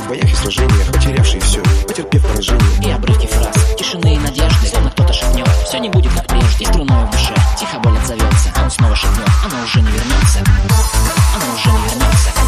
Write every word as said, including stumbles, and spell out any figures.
В боях и сражениях, потерявший все, потерпев поражение. И обрывки фраз, тишины и надежды, словно кто-то шепнет: все не будет как прежде. И струною в душе тихо боль отзовется, а он снова шепнет: оно уже не вернется, оно уже не вернется.